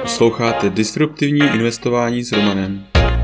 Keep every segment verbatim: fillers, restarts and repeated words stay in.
Posloucháte Disruptivní investování s Romanem.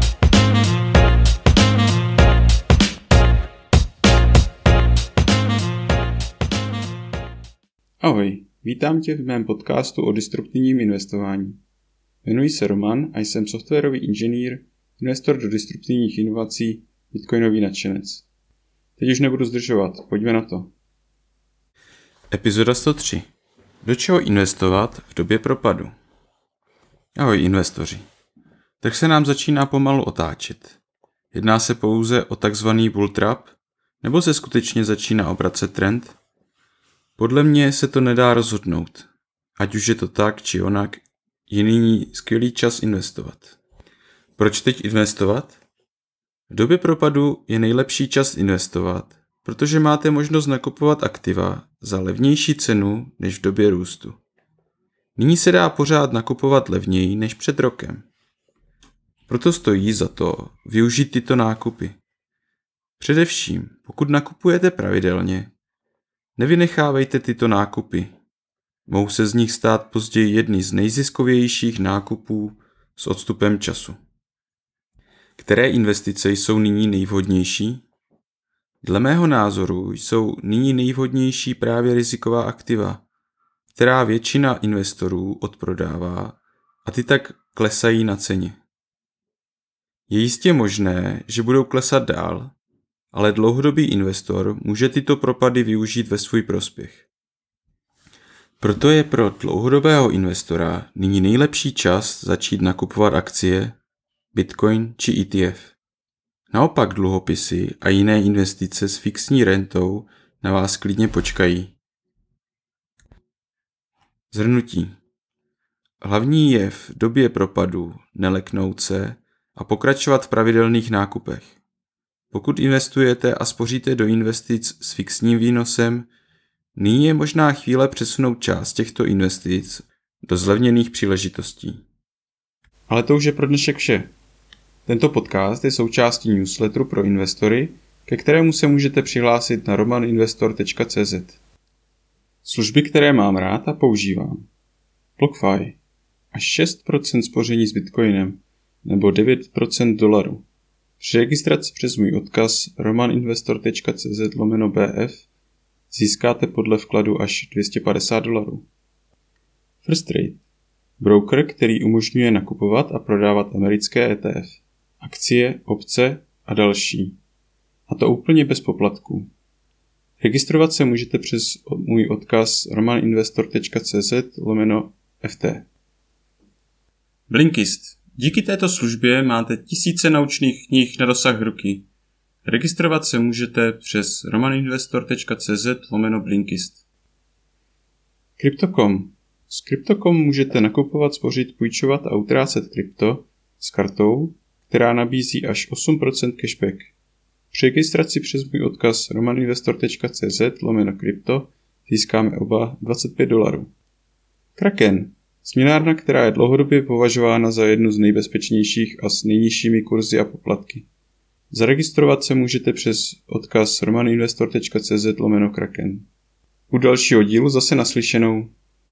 Ahoj, vítám tě v mém podcastu o disruptivním investování. Jmenuji se Roman a jsem softwarový inženýr, investor do disruptivních inovací, bitcoinový nadšenec. Teď už nebudu zdržovat, pojďme na to. Epizoda sto tři. Do čeho investovat v době propadu? Ahoj investoři. Trh se nám začíná pomalu otáčet. Jedná se pouze o takzvaný bull trap, nebo se skutečně začíná obracet trend? Podle mě se to nedá rozhodnout. Ať už je to tak, či onak, je nyní skvělý čas investovat. Proč teď investovat? V době propadu je nejlepší čas investovat, protože máte možnost nakupovat aktiva za levnější cenu než v době růstu. Nyní se dá pořád nakupovat levněji než před rokem. Proto stojí za to využít tyto nákupy. Především, pokud nakupujete pravidelně, nevynechávejte tyto nákupy. Mohou se z nich stát později jedny z nejziskovějších nákupů s odstupem času. Které investice jsou nyní nejvhodnější? Dle mého názoru jsou nyní nejvhodnější právě riziková aktiva, která většina investorů odprodává a ty tak klesají na ceně. Je jistě možné, že budou klesat dál, ale dlouhodobý investor může tyto propady využít ve svůj prospěch. Proto je pro dlouhodobého investora nyní nejlepší čas začít nakupovat akcie, bitcoin či E T F. Naopak dluhopisy a jiné investice s fixní rentou na vás klidně počkají. Shrnutí. Hlavní je v době propadu neleknout se a pokračovat v pravidelných nákupech. Pokud investujete a spoříte do investic s fixním výnosem, nyní je možná chvíle přesunout část těchto investic do zlevněných příležitostí. Ale to už je pro dnešek vše. Tento podcast je součástí newsletteru pro investory, ke kterému se můžete přihlásit na romaninvestor tečka cé zet. Služby, které mám rád a používám. BlockFi. Až šest procent spoření s bitcoinem nebo devět procent dolaru. Při registraci přes můj odkaz romaninvestor tečka cé zet lomeno bé ef získáte podle vkladu až dvě stě padesát dolarů. First Trade. Broker, který umožňuje nakupovat a prodávat americké E T F, akcie, opce a další. A to úplně bez poplatků. Registrovat se můžete přes můj odkaz romaninvestor tečka cé zet lomeno ef té. Blinkist. Díky této službě máte tisíce naučných knih na dosah ruky. Registrovat se můžete přes romaninvestor tečka cé zet lomeno Blinkist. Crypto tečka com. S Crypto tečka com můžete nakupovat, spořit, půjčovat a utrácet krypto s kartou, která nabízí až osm procent cashback. Při registraci přes můj odkaz romaninvestor tečka cé zet lomeno krypto získáme oba dvacet pět dolarů. Kraken. Směnárna, která je dlouhodobě považována za jednu z nejbezpečnějších a s nejnižšími kurzy a poplatky. Zaregistrovat se můžete přes odkaz romaninvestor tečka cé zet lomeno Kraken. U dalšího dílu zase naslyšenou.